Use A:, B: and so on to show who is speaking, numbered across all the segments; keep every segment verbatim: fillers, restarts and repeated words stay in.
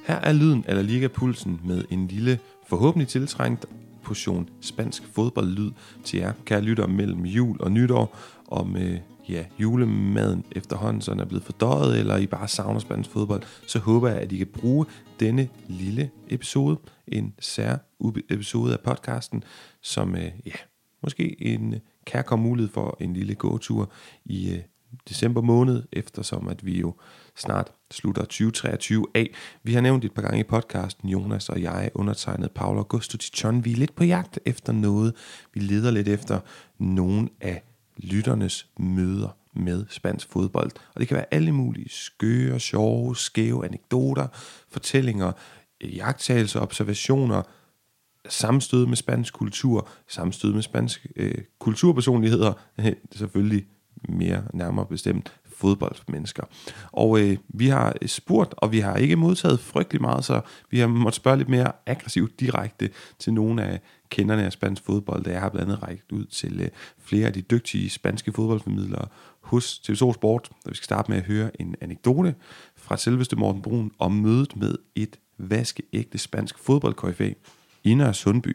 A: Her er lyden af La Liga-pulsen med en lille, forhåbentlig tiltrængt portion spansk fodboldlyd til jer, kære lyttere, mellem jul og nytår, og med ja, julemaden efterhånden, så den er blevet fordøjet, eller I bare savner spansk fodbold, så håber jeg, at I kan bruge denne lille episode, en sær episode af podcasten, som ja, måske en kærkommen mulighed for en lille gåtur i uh, december måned, eftersom at vi jo snart slutter tyve treogtyve af. Vi har nævnt et par gange i podcasten, Jonas og jeg, undertegnet Paolo Augusto Tichon. Vi er lidt på jagt efter noget. Vi leder lidt efter nogle af lytternes møder med spansk fodbold. Og det kan være alle mulige skøre, sjove, skæve anekdoter, fortællinger, iagttagelser, observationer, sammenstød med spansk kultur, sammenstød med spansk øh, kulturpersonligheder, selvfølgelig mere nærmere bestemt fodboldmennesker. Og øh, vi har spurgt, og vi har ikke modtaget frygtelig meget, så vi har måttet spørge lidt mere aggressivt direkte til nogle af kenderne af spansk fodbold, da jeg har blandt andet rækket ud til øh, flere af de dygtige spanske fodboldformidlere hos T V to Sport. Og vi skal starte med at høre en anekdote fra selveste Morten Brun om mødet med et vaskeægte spansk fodboldkoryfæ i Nørre Sundby.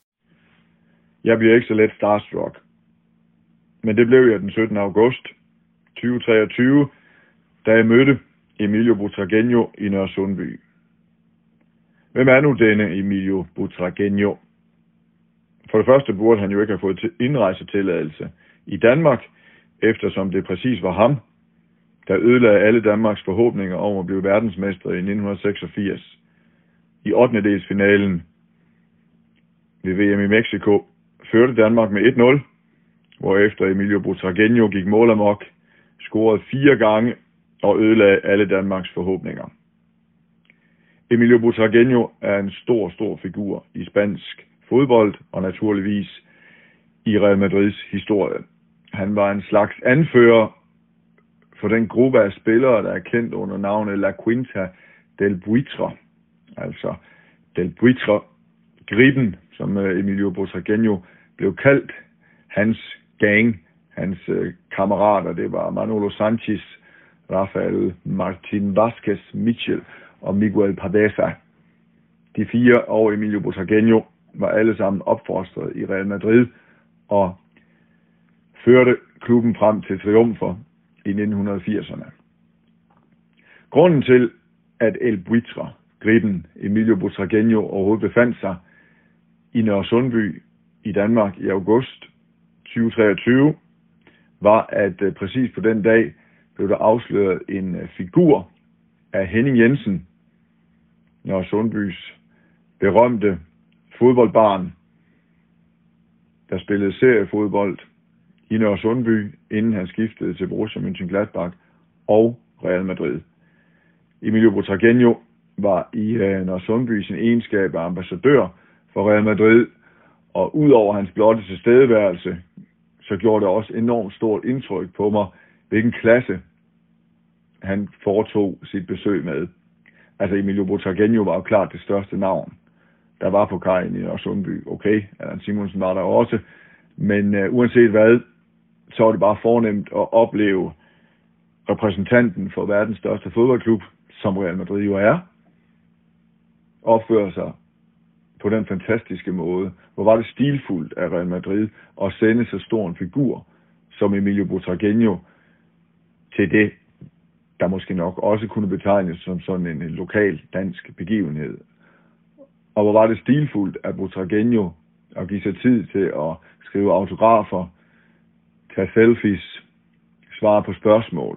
B: Jeg bliver ikke så let starstruck, men det blev jeg den syttende august tyve treogtyve, da jeg mødte Emilio Butragueño i Nørre Sundby. Hvem er nu denne Emilio Butragueño? For det første burde han jo ikke have fået indrejsetilladelse i Danmark, eftersom det præcis var ham, der ødelagde alle Danmarks forhåbninger om at blive verdensmester i nitten seksogfirs. I ottendedelsfinalen ved V M i Mexico førte Danmark med et nul, hvorefter Emilio Butragueño gik mål amok, scorede fire gange og ødelagde alle Danmarks forhåbninger. Emilio Butragueño er en stor, stor figur i spansk fodbold og naturligvis i Real Madrids historie. Han var en slags anfører for den gruppe af spillere, der er kendt under navnet La Quinta del Buitre, altså del Buitre Griben, som Emilio Butragueño blev kaldt. Hans gang, hans øh, kammerater, det var Manolo Sanchez, Rafael Martin Vázquez Mitchell og Miguel Pavesa. De fire og Emilio Butragueño var alle sammen opfostret i Real Madrid og førte klubben frem til triumfer i nitten firserne. Grunden til, at El Buitre, Griben, Emilio Butragueño overhovedet befandt sig i Nørre Sundby i Danmark i august tyve treogtyve, var, at uh, præcis på den dag blev der afsløret en uh, figur af Henning Jensen, Nørre Sundbys berømte fodboldbarn, der spillede seriefodbold i Nørre Sundby, inden han skiftede til Borussia Mönchengladbach og Real Madrid. Emilio Butragueño var i uh, Nørre Sundby sin egenskab af ambassadør for Real Madrid, og udover hans blotte tilstedeværelse, så gjorde det også enormt stort indtryk på mig, hvilken klasse han foretog sit besøg med. Altså Emilio Butragueño var jo klart det største navn, der var på kajen i Nørre Sundby. Okay, Allan Simonsen var der også, men uh, uanset hvad, så var det bare fornemt at opleve repræsentanten for verdens største fodboldklub, som Real Madrid jo er, opføre sig på den fantastiske måde. Hvor var det stilfuldt af Real Madrid at sende så stor en figur som Emilio Butragueño til det, der måske nok også kunne betegnes som sådan en lokal dansk begivenhed. Og hvor var det stilfuldt af Butragueño at give sig tid til at skrive autografer, tage selfies, svare på spørgsmål.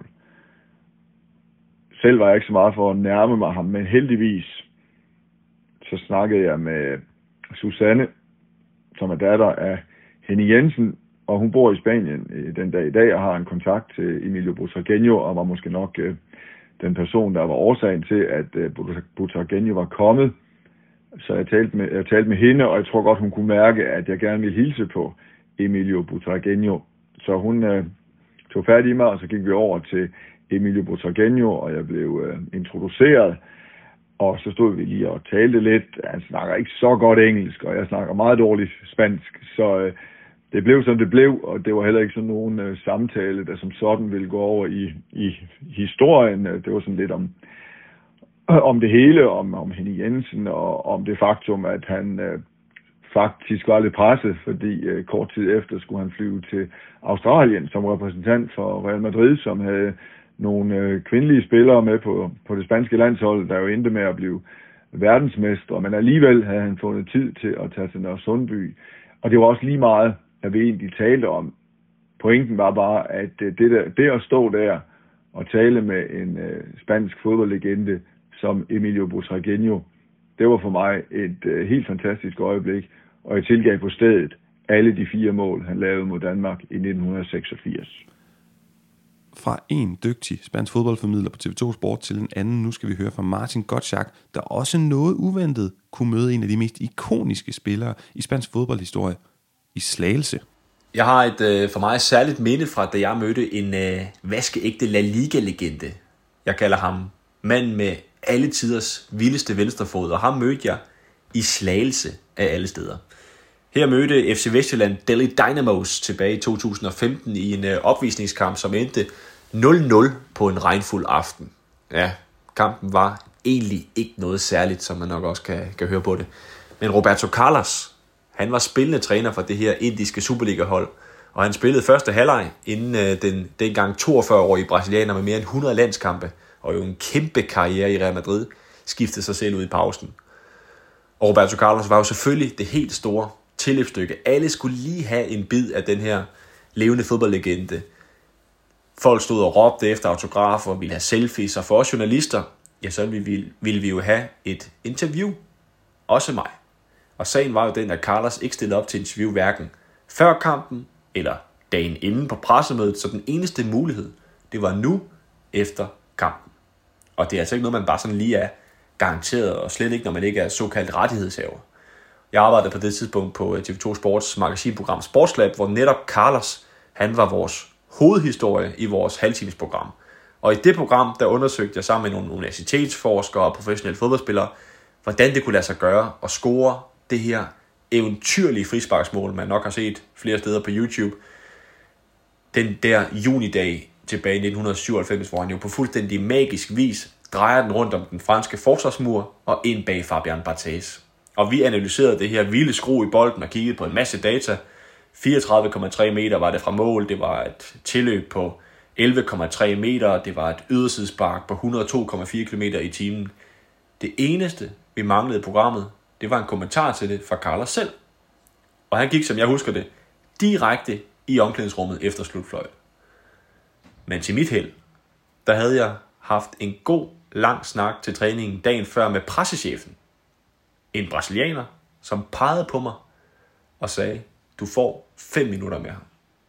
B: Selv var jeg ikke så meget for at nærme mig ham, men heldigvis så snakkede jeg med Susanne, som er datter af Henning Jensen, og hun bor i Spanien den dag i dag og har en kontakt til Emilio Butragueño, og var måske nok øh, den person, der var årsagen til, at øh, Butragueño var kommet. Så jeg talte, med, jeg talte med hende, og jeg tror godt, hun kunne mærke, at jeg gerne ville hilse på Emilio Butragueño. Så hun øh, tog fat i mig, og så gik vi over til Emilio Butragueño, og jeg blev øh, introduceret. Og så stod vi lige og talte lidt. Han snakker ikke så godt engelsk, og jeg snakker meget dårligt spansk. Så øh, det blev, som det blev, og det var heller ikke sådan nogen øh, samtale, der som sådan ville gå over i, i historien. Det var sådan lidt om, om det hele, om, om Henning Jensen, og om det faktum, at han øh, faktisk var lidt presset, fordi øh, kort tid efter skulle han flyve til Australien som repræsentant for Real Madrid, som havde nogle øh, kvindelige spillere med på, på det spanske landshold, der jo endte med at blive verdensmestre, men alligevel havde han fundet tid til at tage til Nørresundby. Og det var også lige meget, at vi egentlig talte om. Pointen var bare, at det, der, det at stå der og tale med en øh, spansk fodboldlegende som Emilio Butragueño, det var for mig et øh, helt fantastisk øjeblik, og jeg tilgav på stedet alle de fire mål, han lavede mod Danmark i nitten seksogfirs.
A: Fra en dygtig spansk fodboldformidler på T V to Sport til en anden, nu skal vi høre fra Martin Gottschalk, der også noget uventet kunne møde en af de mest ikoniske spillere i spansk fodboldhistorie i Slagelse.
C: Jeg har et øh, for mig særligt minde fra, da jeg mødte en øh, vaskeægte La Liga-legende. Jeg kalder ham manden med alle tiders vildeste venstrefod, og ham mødte jeg i Slagelse af alle steder. Her mødte F C Vestjylland Delhi Dynamos tilbage i to tusind og femten i en øh, opvisningskamp, som endte nul nul på en regnfuld aften. Ja, kampen var egentlig ikke noget særligt, som man nok også kan, kan høre på det. Men Roberto Carlos, han var spillende træner for det her indiske Superliga-hold, og han spillede første halvleg inden øh, den dengang toogfyrre-årige brasilianer med mere end hundrede landskampe, og jo en kæmpe karriere i Real Madrid, skiftede sig selv ud i pausen. Og Roberto Carlos var jo selvfølgelig det helt store tilløbsstykke. Alle skulle lige have en bid af den her levende fodboldlegende. Folk stod og råbte efter autografer, ville have selfies, og for os journalister, ja, så ville, ville vi jo have et interview. Også mig. Og sagen var jo den, at Carlos ikke stillede op til interview hverken før kampen eller dagen inden på pressemødet, så den eneste mulighed, det var nu efter kampen. Og det er altså ikke noget, man bare sådan lige er garanteret, og slet ikke, når man ikke er såkaldt rettighedshaver. Jeg arbejdede på det tidspunkt på T V to Sports magasinprogram Sportslab, hvor netop Carlos, han var vores hovedhistorie i vores halvtimesprogram. Og i det program, der undersøgte jeg sammen med nogle universitetsforskere og professionelle fodboldspillere, hvordan det kunne lade sig gøre at score det her eventyrlige frisparksmål, man nok har set flere steder på YouTube. Den der junidag tilbage i nitten syvoghalvfems, hvor han jo på fuldstændig magisk vis drejer den rundt om den franske forsvarsmur og ind bag Fabian Barthez. Og vi analyserede det her vilde skru i bolden og kiggede på en masse data. fireogtredive komma tre meter var det fra mål, det var et tilløb på elleve komma tre meter, det var et ydersidespark på et hundrede og to komma fire kilometer i timen. Det eneste, vi manglede i programmet, det var en kommentar til det fra Carlos selv. Og han gik, som jeg husker det, direkte i omklædningsrummet efter slutfløjt. Men til mit held, der havde jeg haft en god, lang snak til træningen dagen før med pressechefen. En brasilianer, som pegede på mig og sagde, du får fem minutter med ham.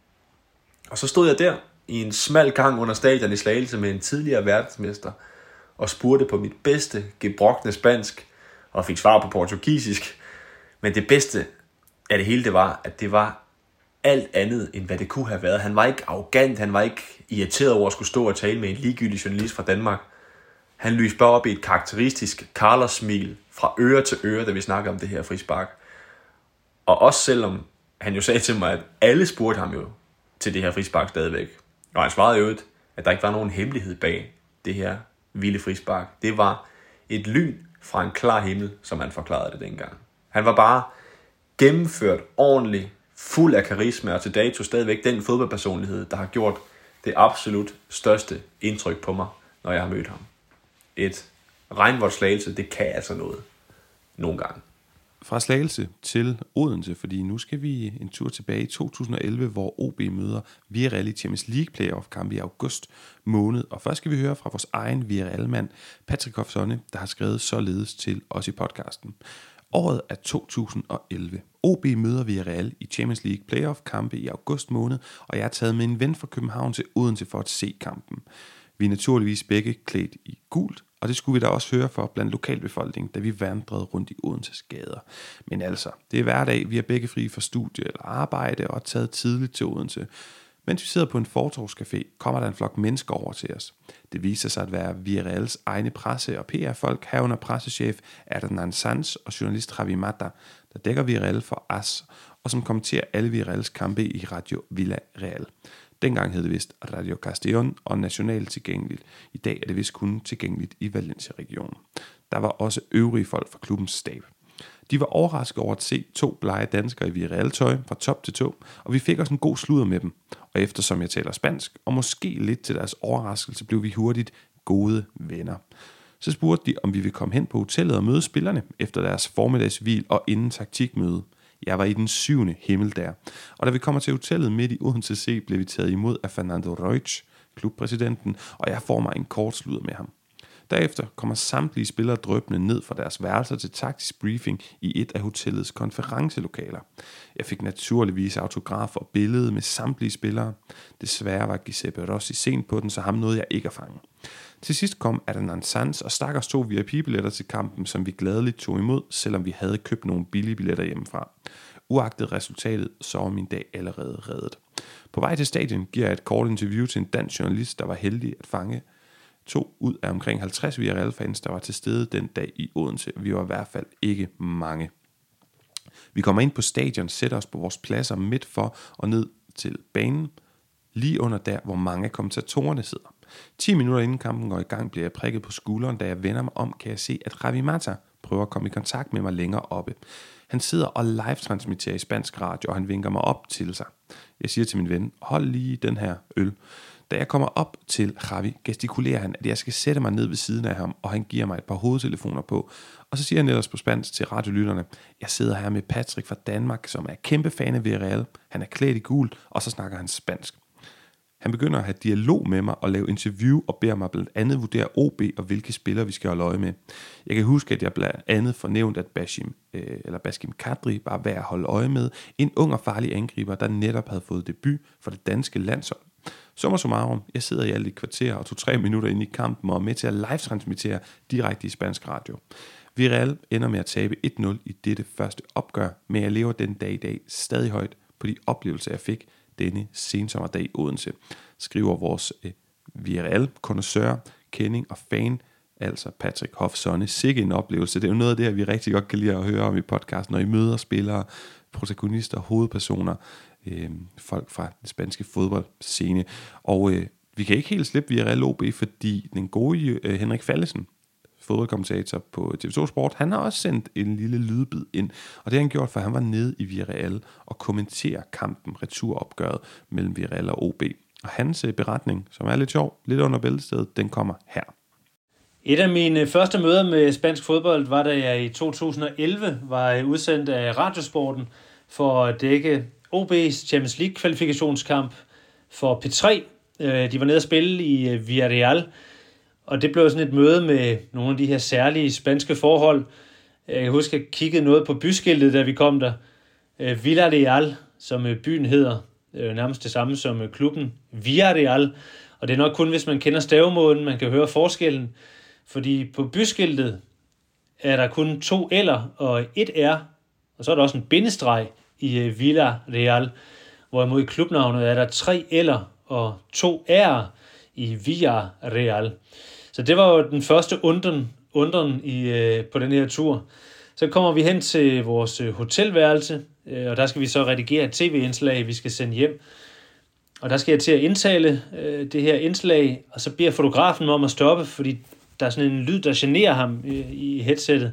C: Og så stod jeg der i en smal gang under stadion i Slagelse med en tidligere verdensmester og spurgte på mit bedste gebrokne spansk og fik svar på portugisisk. Men det bedste af det hele, det var, at det var alt andet, end hvad det kunne have været. Han var ikke arrogant, han var ikke irriteret over at skulle stå og tale med en ligegyldig journalist fra Danmark. Han lyste bare op i et karakteristisk Carlos-smil fra øre til øre, da vi snakkede om det her frispark. Og også selvom han jo sagde til mig, at alle spurgte ham jo til det her frispark stadigvæk. Og han svarede jo, at der ikke var nogen hemmelighed bag det her vilde frispark. Det var et lyn fra en klar himmel, som han forklarede det dengang. Han var bare gennemført ordentligt, fuld af karisma, og til dato stadigvæk den fodboldpersonlighed, der har gjort det absolut største indtryk på mig, når jeg har mødt ham. Et regnvådt Slagelse, det kan altså noget. Nogle gange.
A: Fra Slagelse til Odense, fordi nu skal vi en tur tilbage i to tusind og elleve, hvor O B møder Villarreal i Champions League playoff-kamp i august måned. Og først skal vi høre fra vores egen Villarreal-mand, Patrick Hofsonne, der har skrevet således til os i podcasten. Året er to tusind og elleve. O B møder Villarreal i Champions League playoff-kampe i august måned, og jeg er taget med en ven fra København til Odense for at se kampen. Vi er naturligvis begge klædt i gult, og det skulle vi da også høre for blandt lokalbefolkningen, da vi vandrede rundt i Odenses gader. Men altså, det er hverdag, vi er begge fri fra studie eller arbejde og er taget tidligt til Odense. Mens vi sidder på en fortovscafé, kommer der en flok mennesker over til os. Det viser sig at være Villarreals egne presse- og P R-folk, herunder pressechef Adnan Sanz og journalist Javi Mata, der dækker Villarreal for A S, og som kommenterer alle Villarreals kampe i Radio Villarreal. Dengang hed det vist Radio Castellón og nationalt tilgængeligt. I dag er det vist kun tilgængeligt i Valencia-regionen. Der var også øvrige folk fra klubbens stab. De var overrasket over at se to blege danskere i Villarreal-tøj fra top til tå, og vi fik også en god sludder med dem. Og eftersom jeg taler spansk, og måske lidt til deres overraskelse, blev vi hurtigt gode venner. Så spurgte de, om vi ville komme hen på hotellet og møde spillerne efter deres formiddagshvil og inden taktikmøde. Jeg var i den syvende himmel der, og da vi kommer til hotellet midt i Odense C, blev vi taget imod af Fernando Roig, klubpræsidenten, og jeg får mig en kort sludder med ham. Derefter kommer samtlige spillere drøbende ned fra deres værelser til taktisk briefing i et af hotellets konferencelokaler. Jeg fik naturligvis autografer og billede med samtlige spillere. Desværre var Giuseppe Rossi sent på den, så ham nåede jeg ikke at fange. Til sidst kom Adnan Sanz og stak os to V I P-billetter til kampen, som vi gladeligt tog imod, selvom vi havde købt nogle billige billetter hjemmefra. Uagtet resultatet, så var min dag allerede reddet. På vej til stadion giver jeg et kort interview til en dansk journalist, der var heldig at fange to ud af omkring halvtreds Villarreal-fans, der var til stede den dag i Odense. Vi var i hvert fald ikke mange. Vi kommer ind på stadion, sætter os på vores pladser midt for og ned til banen, lige under der, hvor mange af kommentatorerne sidder. ti minutter inden kampen går i gang, bliver jeg prikket på skulderen. Da jeg vender mig om, kan jeg se, at Javi Mata prøver at komme i kontakt med mig længere oppe. Han sidder og live-transmitterer i spansk radio, og han vinker mig op til sig. Jeg siger til min ven, hold lige den her øl. Da jeg kommer op til Javi, gestikulerer han, at jeg skal sætte mig ned ved siden af ham, og han giver mig et par hovedtelefoner på. Og så siger han ellers på spansk til radiolytterne, jeg sidder her med Patrick fra Danmark, som er kæmpe fan af Villarreal. Han er klædt i gult, og så snakker han spansk. Han begynder at have dialog med mig og lave interview og beder mig blandt andet vurdere O B og hvilke spillere vi skal holde øje med. Jeg kan huske, at jeg blandt andet fornævnt, at Bashim, øh, eller Baskim Kadri var værd at holde øje med. En ung og farlig angriber, der netop havde fået debut for det danske landshold. Summa summarum, jeg sidder i alt i kvarter og tog tre minutter ind i kampen og er med til at live-transmittere direkte i spansk radio. Villarreal ender med at tabe et nul i dette første opgør, men jeg lever den dag i dag stadig højt på de oplevelser, jeg fik denne sensommerdag i Odense, skriver vores øh, Villarreal-konnoisseur, kending og fan, altså Patrick Hoff Sonne. Sikke en oplevelse. Det er jo noget af det her, vi rigtig godt kan lide at høre om i podcasten, når I møder spillere, protagonister, hovedpersoner, øh, folk fra den spanske fodboldscene. Og øh, vi kan ikke helt slippe Villarreal O B, fordi den gode øh, Henrik Fallesen, fodboldkommentator på T V to Sport, han har også sendt en lille lydbid ind, og det har han gjort, for han var nede i Villarreal og kommenterer kampen, returopgøret mellem Villarreal og O B. Og hans beretning, som er lidt sjov, lidt under bæltestedet, den kommer her.
D: Et af mine første møder med spansk fodbold var, da jeg i to tusind og elleve var udsendt af Radiosporten for at dække O B's Champions League kvalifikationskamp for P tre. De var nede at spille i Villarreal, og det blev sådan et møde med nogle af de her særlige spanske forhold. Jeg kan huske, at jeg kiggede noget på byskiltet, da vi kom der. Villarreal, som byen hedder, nærmest det samme som klubben Villarreal. Og det er nok kun, hvis man kender stavemåden, man kan høre forskellen. Fordi på byskiltet er der kun to L'er og et R, og så er der også en bindestreg i Villarreal. Hvorimod i klubnavnet er der tre L'er og to R'er i Villarreal. Så det var jo den første undren, undren i, øh, på den her tur. Så kommer vi hen til vores hotelværelse, øh, og der skal vi så redigere et tv-indslag, vi skal sende hjem. Og der skal jeg til at indtale øh, det her indslag, og så beder fotografen om at stoppe, fordi der er sådan en lyd, der generer ham øh, i headsettet.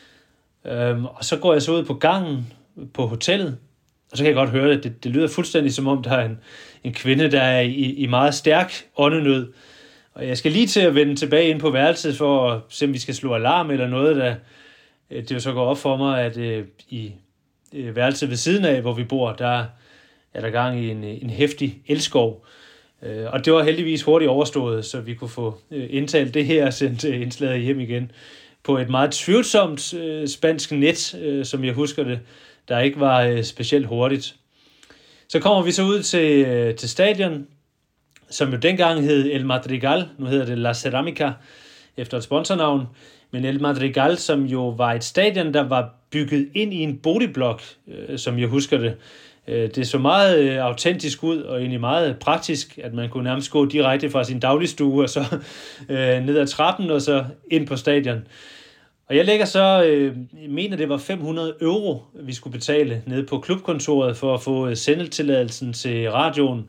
D: Øhm, og så går jeg så ud på gangen på hotellet, og så kan jeg godt høre det. Det, det lyder fuldstændig som om, der er en, en kvinde, der er i, i meget stærk åndenød. Og jeg skal lige til at vende tilbage ind på værelset for at se, om vi skal slå alarm eller noget, der det jo så går op for mig, at øh, i øh, værelset ved siden af, hvor vi bor, der er der gang i en, en heftig elskov. Øh, og det var heldigvis hurtigt overstået, så vi kunne få øh, indtalt det her og sendt øh, indslaget hjem igen på et meget tvivlsomt øh, spansk net, øh, som jeg husker det, der ikke var øh, specielt hurtigt. Så kommer vi så ud til, øh, til stadion, som jo dengang hed El Madrigal, nu hedder det La Ceramica, efter et sponsornavn, men El Madrigal, som jo var et stadion, der var bygget ind i en boligblok, øh, som jeg husker det. Øh, det så meget øh, autentisk ud, og egentlig meget praktisk, at man kunne nærmest gå direkte fra sin dagligstue, og så øh, ned ad trappen, og så ind på stadion. Og jeg lægger så, øh, jeg mener det var fem hundrede euro, vi skulle betale nede på klubkontoret for at få sendetilladelsen til radioen.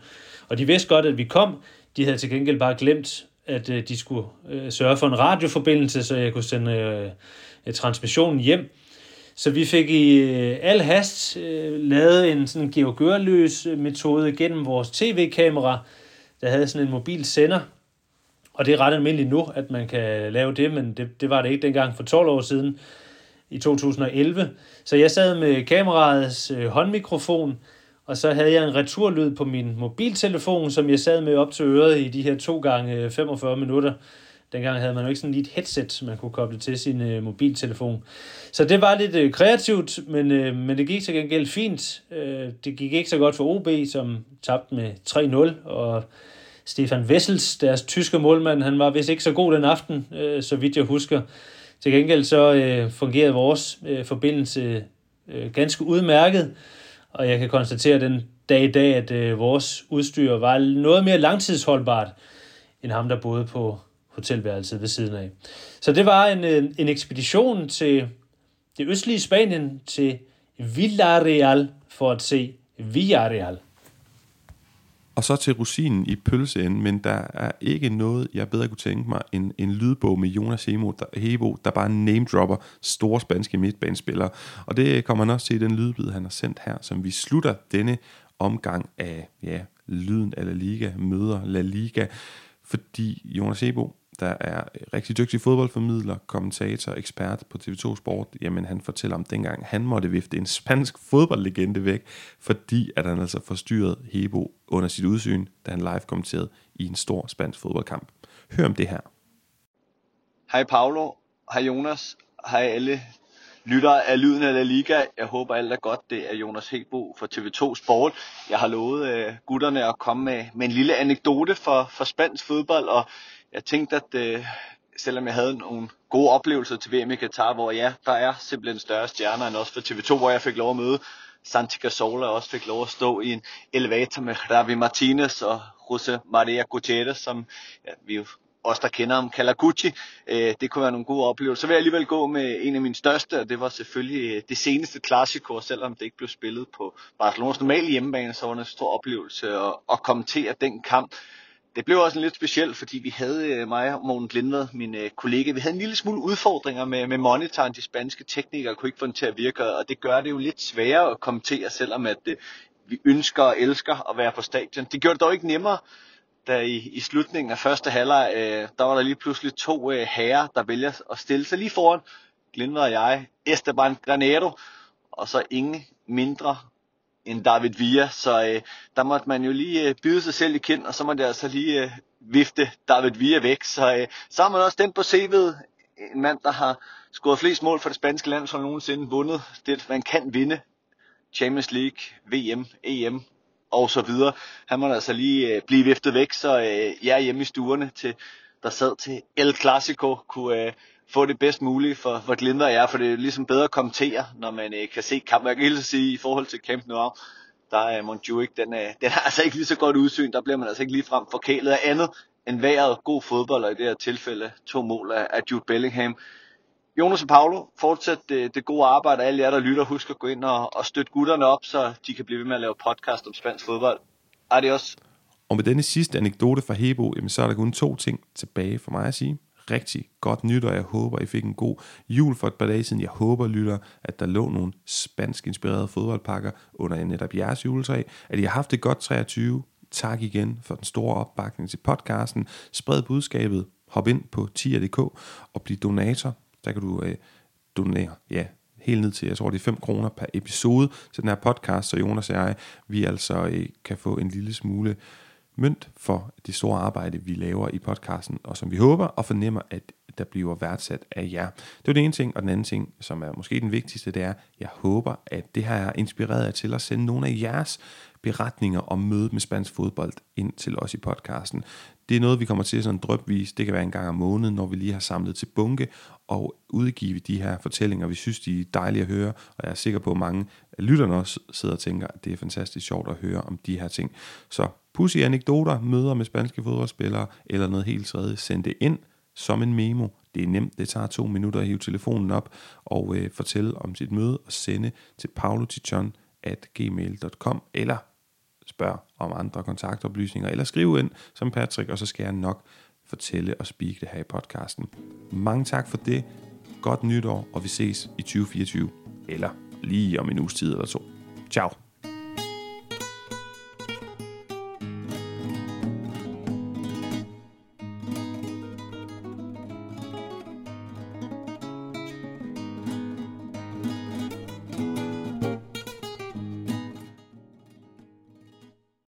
D: Og de vidste godt, at vi kom. De havde til gengæld bare glemt, at øh, de skulle øh, sørge for en radioforbindelse, så jeg kunne sende øh, transmissionen hjem. Så vi fik i øh, al hast øh, lavet en sådan Georg Gørløs metode gennem vores tv-kamera, der havde sådan en mobil sender. Og det er ret almindeligt nu, at man kan lave det, men det, det var det ikke dengang for tolv år siden, i to tusind og elleve. Så jeg sad med kameraets øh, håndmikrofon, og så havde jeg en returlyd på min mobiltelefon, som jeg sad med op til øret i de her to gange femogfyrre minutter. Dengang havde man jo ikke sådan lige et headset, man kunne koble til sin øh, mobiltelefon. Så det var lidt øh, kreativt, men, øh, men det gik til gengæld fint. Øh, det gik ikke så godt for O B, som tabte med tre nul, og Stefan Wessels, deres tyske målmand, han var vist ikke så god den aften, øh, så vidt jeg husker. Til gengæld så øh, fungerede vores øh, forbindelse øh, ganske udmærket, og jeg kan konstatere den dag i dag, at øh, vores udstyr var noget mere langtidsholdbart, end ham, der boede på hotelværelset ved siden af. Så det var en, øh, en ekspedition til det østlige Spanien, til Villarreal, for at se Villarreal.
A: Og så til rosinen i pølseenden, men der er ikke noget, jeg bedre kunne tænke mig, end en lydbog med Jonas Hebo, der, Hebo, der bare name-dropper store spanske midtbanespillere. Og det kommer han også til i den lydbid, han har sendt her, som vi slutter denne omgang af ja, lyden af La Liga, møder La Liga, fordi Jonas Hebo, der er rigtig dygtig fodboldformidler, kommentator, ekspert på T V to Sport, jamen han fortæller om dengang, han måtte vifte en spansk fodboldlegende væk, fordi at han altså forstyrrede Hebo under sit udsyn, da han live kommenterede i en stor spansk fodboldkamp. Hør om det her.
E: Hej Paolo, hej Jonas, hej alle lyttere af Lyden af La Liga. Jeg håber alt er godt. Det er Jonas Hebo for T V to Sport. Jeg har lovet øh, gutterne at komme med, med en lille anekdote for, for spansk fodbold, og jeg tænkte, at øh, selvom jeg havde nogle gode oplevelser til V M i Qatar, hvor ja, der er simpelthen større stjerner end også for T V to, hvor jeg fik lov at møde Santi Cazorla, og også fik lov at stå i en elevator med Javi Martinez og José María Gutiérrez, som ja, vi jo os, der kender ham, kalder Gucci. Øh, det kunne være nogle gode oplevelser. Så vil jeg alligevel gå med en af mine største, og det var selvfølgelig det seneste Clásico, selvom det ikke blev spillet på Barcelonas normale hjemmebane, så var det en stor oplevelse at, at kommentere den kamp. Det blev også en lidt specielt, fordi vi havde, mig og Morten Glindvad, min kollega, vi havde en lille smule udfordringer med, med monitoren. De spanske teknikere kunne ikke få den til at virke, og det gør det jo lidt sværere at kommentere, selvom at uh, vi ønsker og elsker at være på stadion. Det gjorde det dog ikke nemmere, da i, i slutningen af første halvleg, øh, der var der lige pludselig to øh, herrer, der vælger at stille sig lige foran Glindvad og jeg, Esteban Granero, og så ingen mindre end David Villa, så øh, der måtte man jo lige øh, bide sig selv i kind, og så måtte jeg altså lige øh, vifte David Villa væk, så, øh, så har man også den på C V'et, en mand, der har scoret flest mål for det spanske land, som nogensinde vundet det, man kan vinde, Champions League, V M, E M og så videre. Han måtte altså lige øh, blive viftet væk, så øh, jeg hjemme i stuerne, til, der sad til El Clásico, kunne øh, få det bedst muligt for, for Glindvad og jeg, for det er ligesom bedre at kommentere, når man øh, kan se kampen. Jeg kan helt sige, i forhold til Camp Nou, der er Montjuic, den, øh, den har altså ikke lige så godt udsyn, der bliver man altså ikke lige frem forkælet af andet end vejret, god fodbold, og i det her tilfælde to mål af, af Jude Bellingham. Jonas og Paolo, fortsæt det, det gode arbejde, alle jer, der lytter, husk at gå ind og, og støtte gutterne op, så de kan blive ved med at lave podcast om spansk fodbold. Adios.
A: Og med denne sidste anekdote fra Hebo, jamen, så er der kun to ting tilbage for mig at sige. Rigtig godt nytår, jeg håber, I fik en god jul for et par dage siden. Jeg håber, lytter, at der lå nogle spansk inspirerede fodboldpakker under netop jeres juletræ, at I har haft det godt treogtyve. Tak igen for den store opbakning til podcasten. Spred budskabet, hop ind på tier punktum d k og bliv donator. Der kan du øh, donere, ja, helt ned til, jeg tror det er fem kroner per episode til den her podcast, så Jonas og jeg, vi altså øh, kan få en lille smule mønt for det store arbejde, vi laver i podcasten, og som vi håber og fornemmer, at der bliver værdsat af jer. Det var den ene ting, og den anden ting, som er måske den vigtigste, det er, jeg håber, at det her er inspireret jer til at sende nogle af jeres beretninger om mødet med spansk fodbold ind til os i podcasten. Det er noget, vi kommer til sådan drypvis. Det kan være en gang om måneden, når vi lige har samlet til bunke og udgive de her fortællinger. Vi synes, de er dejlige at høre, og jeg er sikker på, at mange af lytterne også sidder og tænker, at det er fantastisk sjovt at høre om de her ting. Så pussy anekdoter, møder med spanske fodboldspillere eller noget helt tredje, send det ind som en memo. Det er nemt, det tager to minutter at hive telefonen op og øh, fortælle om sit møde og sende til paolotichon at gmail punktum com eller spørg om andre kontaktoplysninger, eller skriv ind som Patrick, og så skal jeg nok fortælle og speak det her i podcasten. Mange tak for det. Godt nytår, og vi ses i tyve fireogtyve, eller lige om en uges tid eller to. Ciao.